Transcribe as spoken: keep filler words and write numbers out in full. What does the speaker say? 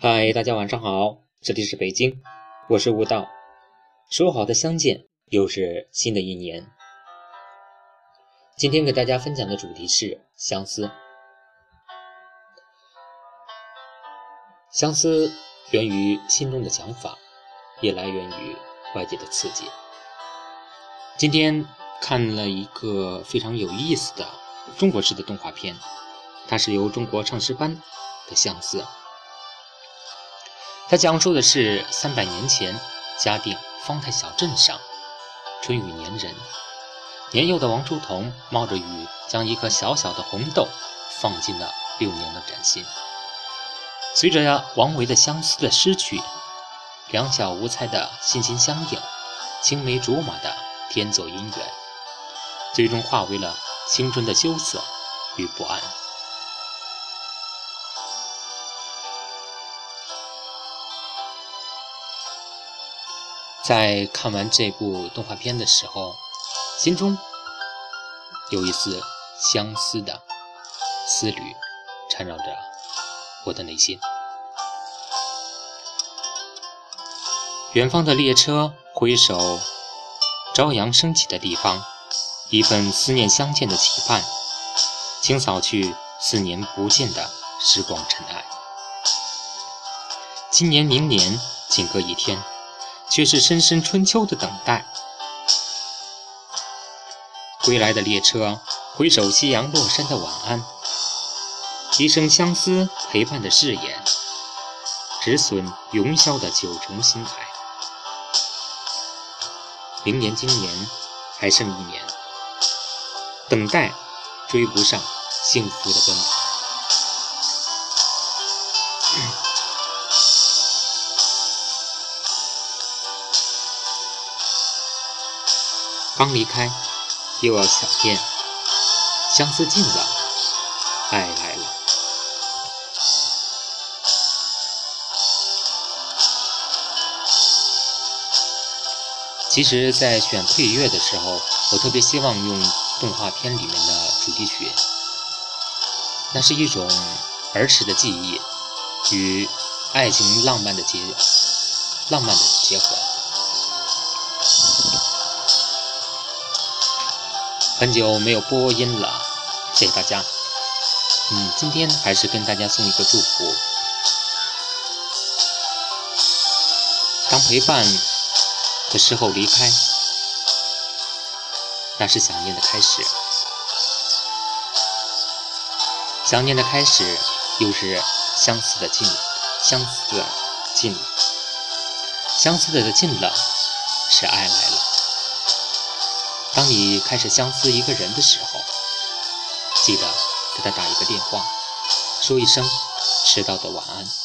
嗨，大家晚上好，这里是北京，我是吴道。说好的相见，又是新的一年。今天给大家分享的主题是相思。相思源于心中的想法，也来源于外界的刺激。今天看了一个非常有意思的中国式的动画片，它是由中国唱诗班的相思。它讲述的是三百年前嘉定方台小镇上，春雨粘人，年幼的王书童冒着雨将一颗小小的红豆放进了六年的崭新。随着王维的相思的诗句，两小无猜的心心相印，青梅竹马的天作姻缘，最终化为了青春的羞涩与不安。在看完这部动画片的时候，心中有一丝相思的思虑缠绕着我的内心。远方的列车挥手，朝阳升起的地方，一份思念相见的期盼，清扫去四年不见的时光尘埃。今年明年仅隔一天，却是深深春秋的等待。归来的列车回首夕阳落山的晚安，一生相思陪伴的誓言，止损永消的九重心海。明年今年还剩一年，等待追不上幸福的奔跑。刚离开，又要想念，相思尽了，爱来了。其实在选配乐的时候，我特别希望用动画片里面的主题曲，那是一种儿时的记忆与爱情浪漫的结浪漫的结合。很久没有播音了，谢谢大家。嗯，今天还是跟大家送一个祝福。当陪伴的时候离开，那是想念的开始。想念的开始，又是相思的尽，相思的尽，相思的尽了，是爱来了。当你开始相思一个人的时候，记得给他打一个电话，说一声迟到的晚安。